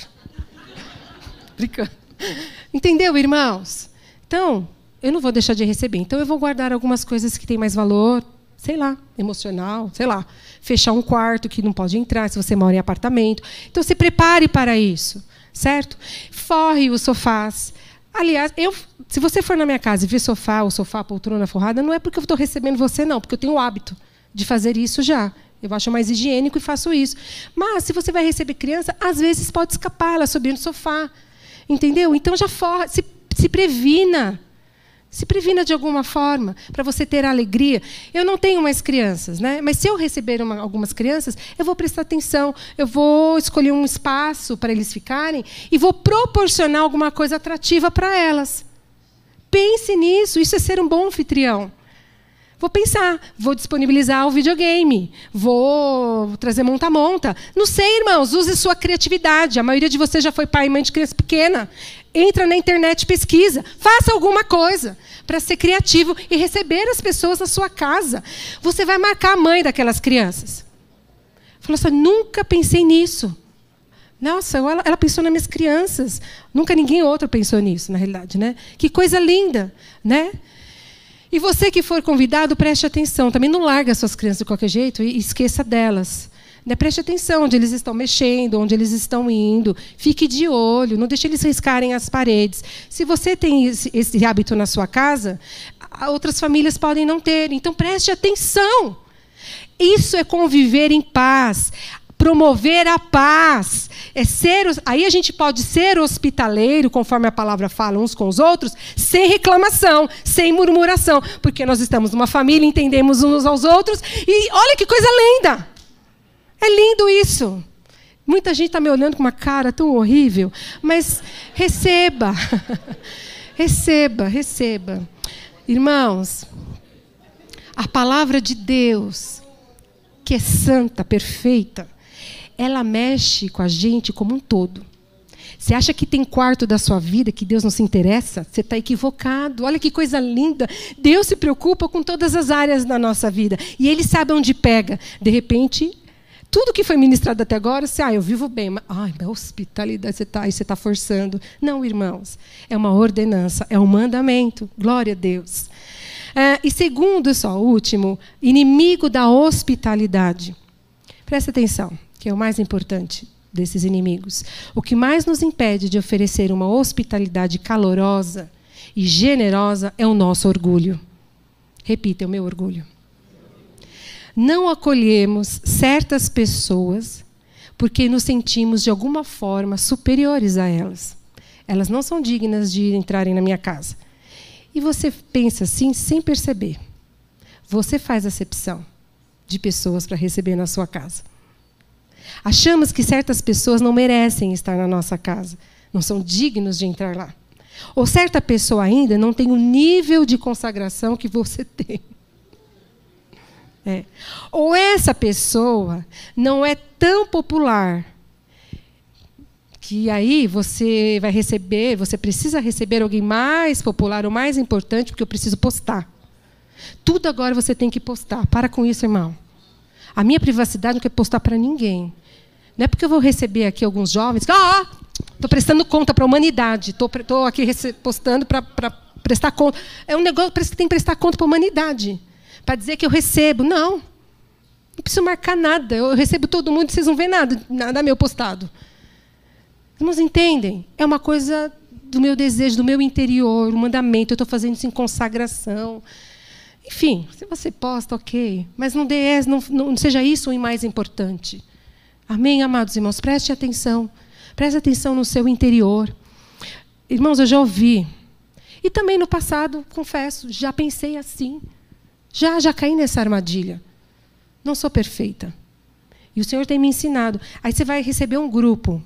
Brincando. Entendeu, irmãos? Então, eu não vou deixar de receber. Então, eu vou guardar algumas coisas que têm mais valor, sei lá, emocional, sei lá. Fechar um quarto que não pode entrar, se você mora em apartamento. Então, se prepare para isso, certo? Forre os sofás. Aliás, se você for na minha casa e ver o sofá, poltrona forrada, não é porque eu estou recebendo você, não, porque eu tenho o hábito de fazer isso já. Eu acho mais higiênico e faço isso. Mas, se você vai receber criança, às vezes pode escapar, ela subir no sofá. Entendeu? Então, já forra, se previna. Se previna de alguma forma, para você ter alegria. Eu não tenho mais crianças, né? Mas se eu receber algumas crianças, eu vou prestar atenção, eu vou escolher um espaço para eles ficarem e vou proporcionar alguma coisa atrativa para elas. Pense nisso, isso é ser um bom anfitrião. Vou pensar, vou disponibilizar o videogame, vou trazer monta-monta. Não sei, irmãos, use sua criatividade. A maioria de vocês já foi pai e mãe de criança pequena. Entra na internet, pesquisa, faça alguma coisa para ser criativo e receber as pessoas na sua casa. Você vai marcar a mãe daquelas crianças. Falou assim, nunca pensei nisso. Nossa, ela pensou nas minhas crianças. Nunca ninguém outro pensou nisso, na realidade, né? Que coisa linda, né? E você que for convidado, preste atenção. Também não larga as suas crianças de qualquer jeito e esqueça delas. Né? Preste atenção onde eles estão mexendo, onde eles estão indo. Fique de olho, não deixe eles riscarem as paredes. Se você tem esse hábito na sua casa, outras famílias podem não ter. Então, preste atenção. Isso é conviver em paz. Promover a paz. Aí a gente pode ser hospitaleiro, conforme a palavra fala, uns com os outros, sem reclamação, sem murmuração. Porque nós estamos numa família, entendemos uns aos outros. E olha que coisa linda! É lindo isso. Muita gente está me olhando com uma cara tão horrível. Mas receba. Receba. Irmãos, a palavra de Deus, que é santa, perfeita, ela mexe com a gente como um todo. Você acha que tem quarto da sua vida que Deus não se interessa? Você está equivocado. Olha que coisa linda. Deus se preocupa com todas as áreas da nossa vida. E Ele sabe onde pega. De repente, tudo que foi ministrado até agora, eu vivo bem. Mas, minha hospitalidade, você está forçando. Não, irmãos. É uma ordenança, é um mandamento. Glória a Deus. E segundo, o último, inimigo da hospitalidade. Presta atenção, que é o mais importante desses inimigos. O que mais nos impede de oferecer uma hospitalidade calorosa e generosa é o nosso orgulho. Repita, é o meu orgulho. Não acolhemos certas pessoas porque nos sentimos, de alguma forma, superiores a elas. Elas não são dignas de entrarem na minha casa. E você pensa assim sem perceber. Você faz acepção. de pessoas para receber na sua casa. Achamos que certas pessoas não merecem estar na nossa casa, não são dignos de entrar lá. Ou certa pessoa ainda não tem o nível de consagração que você tem. Ou essa pessoa não é tão popular que aí você vai receber, você precisa receber alguém mais popular ou mais importante, porque eu preciso postar. Tudo agora você tem que postar. Para com isso, irmão. A minha privacidade não quer postar para ninguém. Não é porque eu vou receber aqui alguns jovens que estou prestando conta para a humanidade, estou aqui postando para prestar conta. É um negócio que tem que prestar conta para a humanidade. Para dizer que eu recebo. Não preciso marcar nada. Eu recebo todo mundo e vocês não vêem nada meu postado. Irmãos, entendem? É uma coisa do meu desejo, do meu interior, um mandamento. Eu estou fazendo isso em consagração. Enfim, se você posta, ok. Mas não seja isso o mais importante. Amém, amados irmãos? Preste atenção. Preste atenção no seu interior. Irmãos, eu já ouvi. E também no passado, confesso, já pensei assim. Já caí nessa armadilha. Não sou perfeita. E o Senhor tem me ensinado. Aí você vai receber um grupo.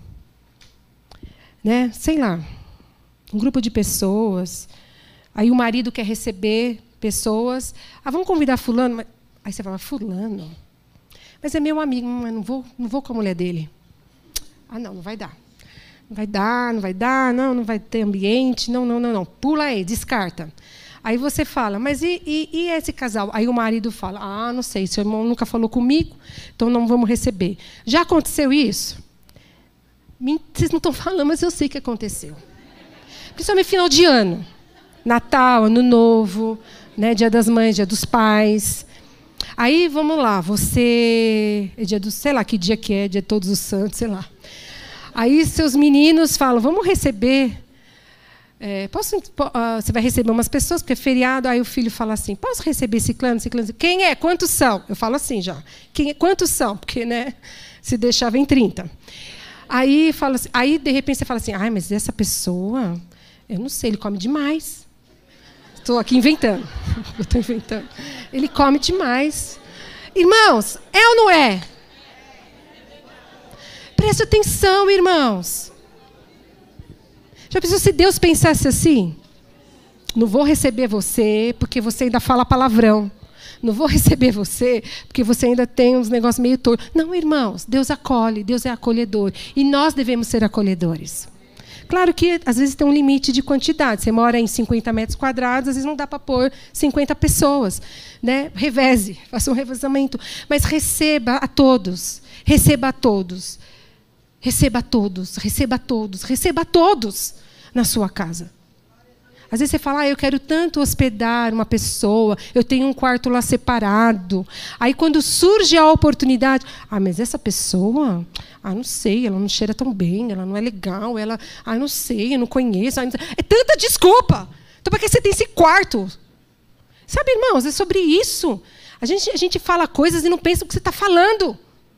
Sei lá, um grupo de pessoas. Aí o marido quer receber pessoas. Vamos convidar fulano. Aí você fala, fulano? Mas é meu amigo, mas não vou com a mulher dele. Não vai dar. Não vai ter ambiente. Não. Pula aí, descarta. Aí você fala, mas e esse casal? Aí o marido fala, não sei, seu irmão nunca falou comigo, então não vamos receber. Já aconteceu isso? Vocês não estão falando, mas eu sei que aconteceu. Principalmente final de ano. Natal, Ano Novo, Dia das Mães, Dia dos Pais. Aí, vamos lá, você... É dia do... Sei lá que dia que é, dia de Todos os Santos, sei lá. Aí seus meninos falam, vamos receber... você vai receber umas pessoas, porque é feriado. Aí o filho fala assim, posso receber ciclano? Quem é? Quantos são? Eu falo assim já. Quantos são? Porque, se deixar, vem 30. Aí, de repente, você fala assim, mas essa pessoa, eu não sei, ele come demais. Estou aqui inventando. Eu estou inventando. Ele come demais. Irmãos, é ou não é? Preste atenção, irmãos. Já pensou se Deus pensasse assim? Não vou receber você porque você ainda fala palavrão. Não vou receber você porque você ainda tem uns negócios meio tortos. Não, irmãos, Deus acolhe, Deus é acolhedor. E nós devemos ser acolhedores. Claro que, às vezes, tem um limite de quantidade. Você mora em 50 metros quadrados, às vezes não dá para pôr 50 pessoas. Reveze, faça um revezamento. Mas receba a todos. Receba a todos. Receba a todos. Receba a todos. Receba a todos na sua casa. Às vezes você fala, eu quero tanto hospedar uma pessoa, eu tenho um quarto lá separado. Aí quando surge a oportunidade, mas essa pessoa, não sei, ela não cheira tão bem, ela não é legal, não sei, eu não conheço. É tanta desculpa. Então, para que você tem esse quarto? Sabe, irmãos, é sobre isso. A gente fala coisas e não pensa o que você está falando.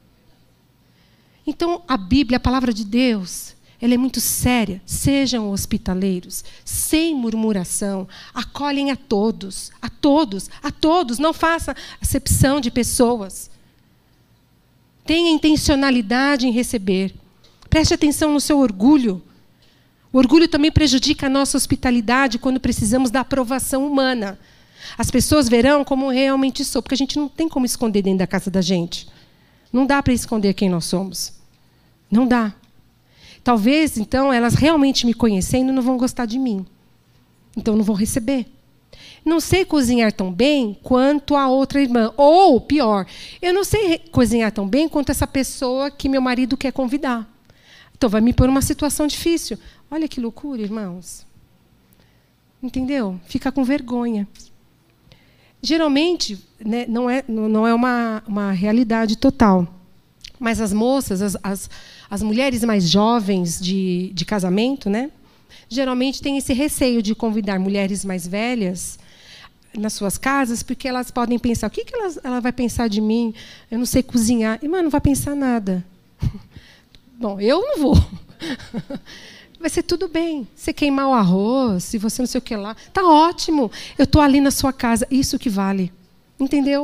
Então, a Bíblia, a palavra de Deus... Ela é muito séria. Sejam hospitaleiros, sem murmuração. Acolhem a todos, a todos, a todos. Não faça acepção de pessoas. Tenha intencionalidade em receber. Preste atenção no seu orgulho. O orgulho também prejudica a nossa hospitalidade quando precisamos da aprovação humana. As pessoas verão como realmente sou, porque a gente não tem como esconder dentro da casa da gente. Não dá para esconder quem nós somos. Não dá. Talvez, então, elas realmente me conhecendo não vão gostar de mim. Então, não vão receber. Não sei cozinhar tão bem quanto a outra irmã. Ou, pior, eu não sei cozinhar tão bem quanto essa pessoa que meu marido quer convidar. Então, vai me pôr numa situação difícil. Olha que loucura, irmãos. Entendeu? Fica com vergonha. Geralmente, não é uma realidade total. Mas as moças, as mulheres mais jovens de casamento, geralmente têm esse receio de convidar mulheres mais velhas nas suas casas, porque elas podem pensar, o que ela vai pensar de mim? Eu não sei cozinhar. Irmã, não vai pensar nada. Bom, eu não vou. Vai ser tudo bem. Você queimar o arroz, se você não sei o que lá, tá ótimo. Eu estou ali na sua casa. Isso que vale. Entendeu?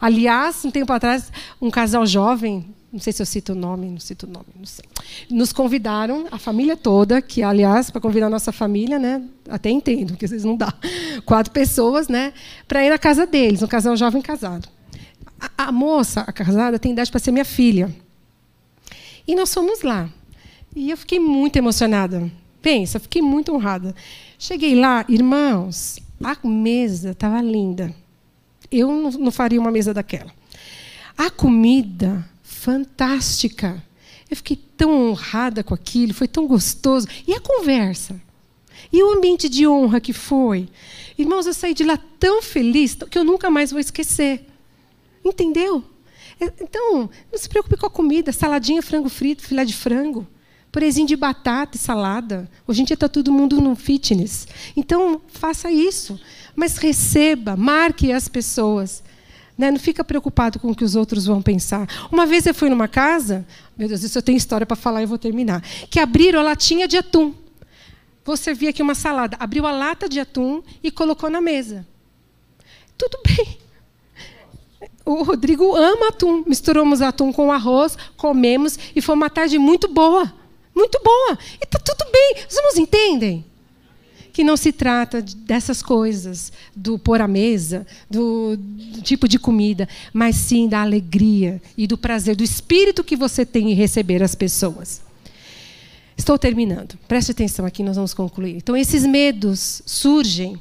Aliás, um tempo atrás, um casal jovem, não sei se eu cito o nome, não sei, nos convidaram, a família toda, que, aliás, para convidar a nossa família, né, até entendo, que às vezes não dá, 4 pessoas, né, para ir na casa deles, um casal jovem casado. A moça, a casada, tem idade para ser minha filha. E nós fomos lá. E eu fiquei muito emocionada. Pensa, fiquei muito honrada. Cheguei lá, irmãos, a mesa estava linda. Eu não faria uma mesa daquela. A comida, fantástica. Eu fiquei tão honrada com aquilo, foi tão gostoso. E a conversa? E o ambiente de honra que foi? Irmãos, eu saí de lá tão feliz que eu nunca mais vou esquecer. Entendeu? Então, não se preocupe com a comida. Saladinha, frango frito, filé de frango. Purezinho de batata e salada. Hoje em dia está todo mundo no fitness. Então, faça isso. Mas receba, marque as pessoas. Né? Não fica preocupado com o que os outros vão pensar. Uma vez eu fui numa casa, meu Deus, isso eu tenho história para falar e eu vou terminar, que abriram a latinha de atum. Vou servir aqui uma salada. Abriu a lata de atum e colocou na mesa. Tudo bem. O Rodrigo ama atum. Misturamos atum com arroz, comemos e foi uma tarde muito boa. Muito boa. E está tudo bem. Os irmãos entendem? Que não se trata dessas coisas, do pôr à mesa, do tipo de comida, mas sim da alegria e do prazer, do espírito que você tem em receber as pessoas. Estou terminando. Preste atenção aqui, nós vamos concluir. Então, esses medos surgem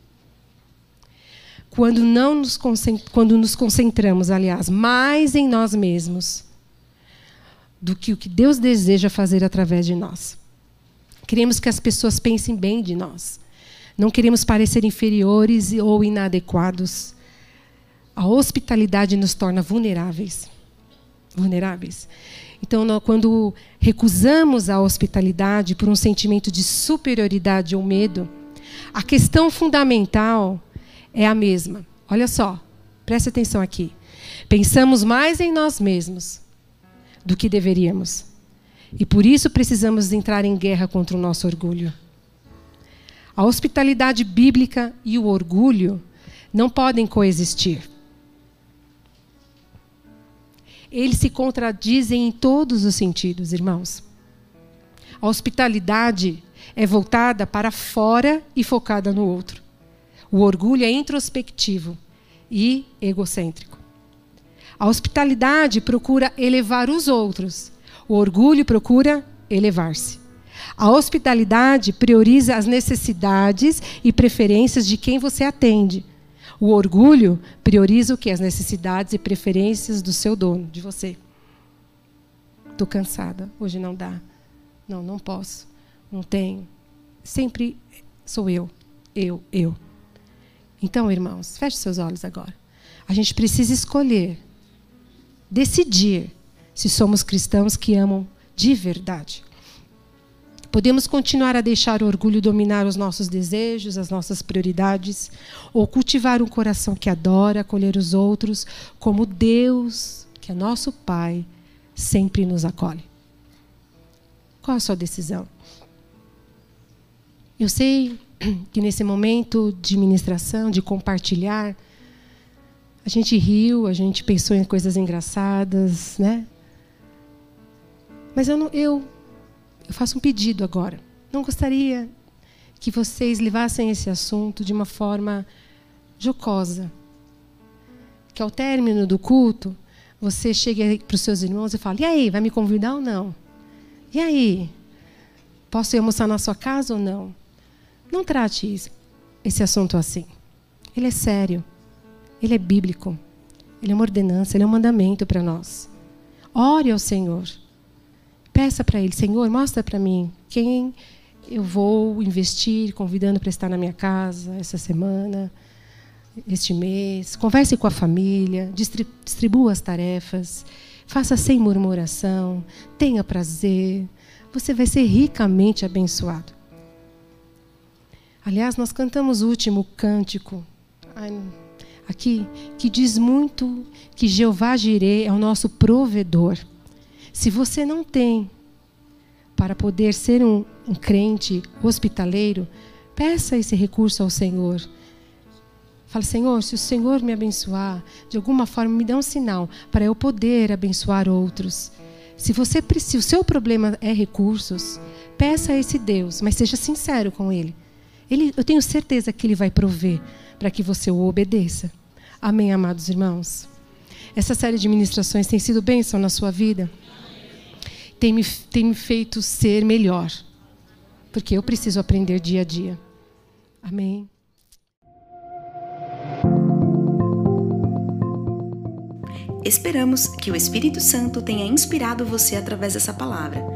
quando nos concentramos, aliás, mais em nós mesmos do que o que Deus deseja fazer através de nós. Queremos que as pessoas pensem bem de nós. Não queremos parecer inferiores ou inadequados. A hospitalidade nos torna vulneráveis. Então, quando recusamos a hospitalidade por um sentimento de superioridade ou medo, a questão fundamental é a mesma. Olha só, preste atenção aqui. Pensamos mais em nós mesmos do que deveríamos. E por isso precisamos entrar em guerra contra o nosso orgulho. A hospitalidade bíblica e o orgulho não podem coexistir. Eles se contradizem em todos os sentidos, irmãos. A hospitalidade é voltada para fora e focada no outro. O orgulho é introspectivo e egocêntrico. A hospitalidade procura elevar os outros. O orgulho procura elevar-se. A hospitalidade prioriza as necessidades e preferências de quem você atende. O orgulho prioriza o quê? As necessidades e preferências do seu dono, de você. Estou cansada, hoje não dá. Não posso, não tenho. Sempre sou eu. Então, irmãos, feche seus olhos agora. A gente precisa escolher, decidir se somos cristãos que amam de verdade. Podemos continuar a deixar o orgulho dominar os nossos desejos, as nossas prioridades, ou cultivar um coração que adora acolher os outros como Deus, que é nosso Pai, sempre nos acolhe. Qual a sua decisão? Eu sei que nesse momento de ministração, de compartilhar, a gente riu, a gente pensou em coisas engraçadas, né? Mas eu faço um pedido agora. Não gostaria que vocês levassem esse assunto de uma forma jocosa. Que ao término do culto, você chegue para os seus irmãos e fale: e aí, vai me convidar ou não? E aí, posso ir almoçar na sua casa ou não? Não trate esse assunto assim. Ele é sério. Ele é bíblico. Ele é uma ordenança, ele é um mandamento para nós. Ore ao Senhor. Peça para Ele: Senhor, mostra para mim quem eu vou investir, convidando para estar na minha casa essa semana, este mês. Converse com a família, distribua as tarefas, faça sem murmuração, tenha prazer. Você vai ser ricamente abençoado. Aliás, nós cantamos o último cântico aqui, que diz muito que Jeová Jirê é o nosso provedor. Se você não tem para poder ser um crente hospitaleiro, peça esse recurso ao Senhor. Fala, Senhor, se o Senhor me abençoar, de alguma forma me dá um sinal para eu poder abençoar outros. Se o seu problema é recursos, peça a esse Deus, mas seja sincero com Ele. Eu tenho certeza que Ele vai prover para que você o obedeça. Amém, amados irmãos? Essa série de ministrações tem sido bênção na sua vida? Tem me feito ser melhor, porque eu preciso aprender dia a dia. Amém.
Esperamos que o Espírito Santo tenha inspirado você através dessa palavra.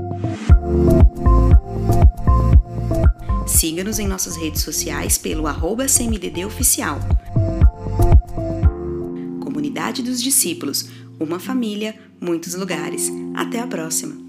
Siga-nos em nossas redes sociais pelo @CMDDoficial. Comunidade dos Discípulos, uma família, muitos lugares. Até a próxima!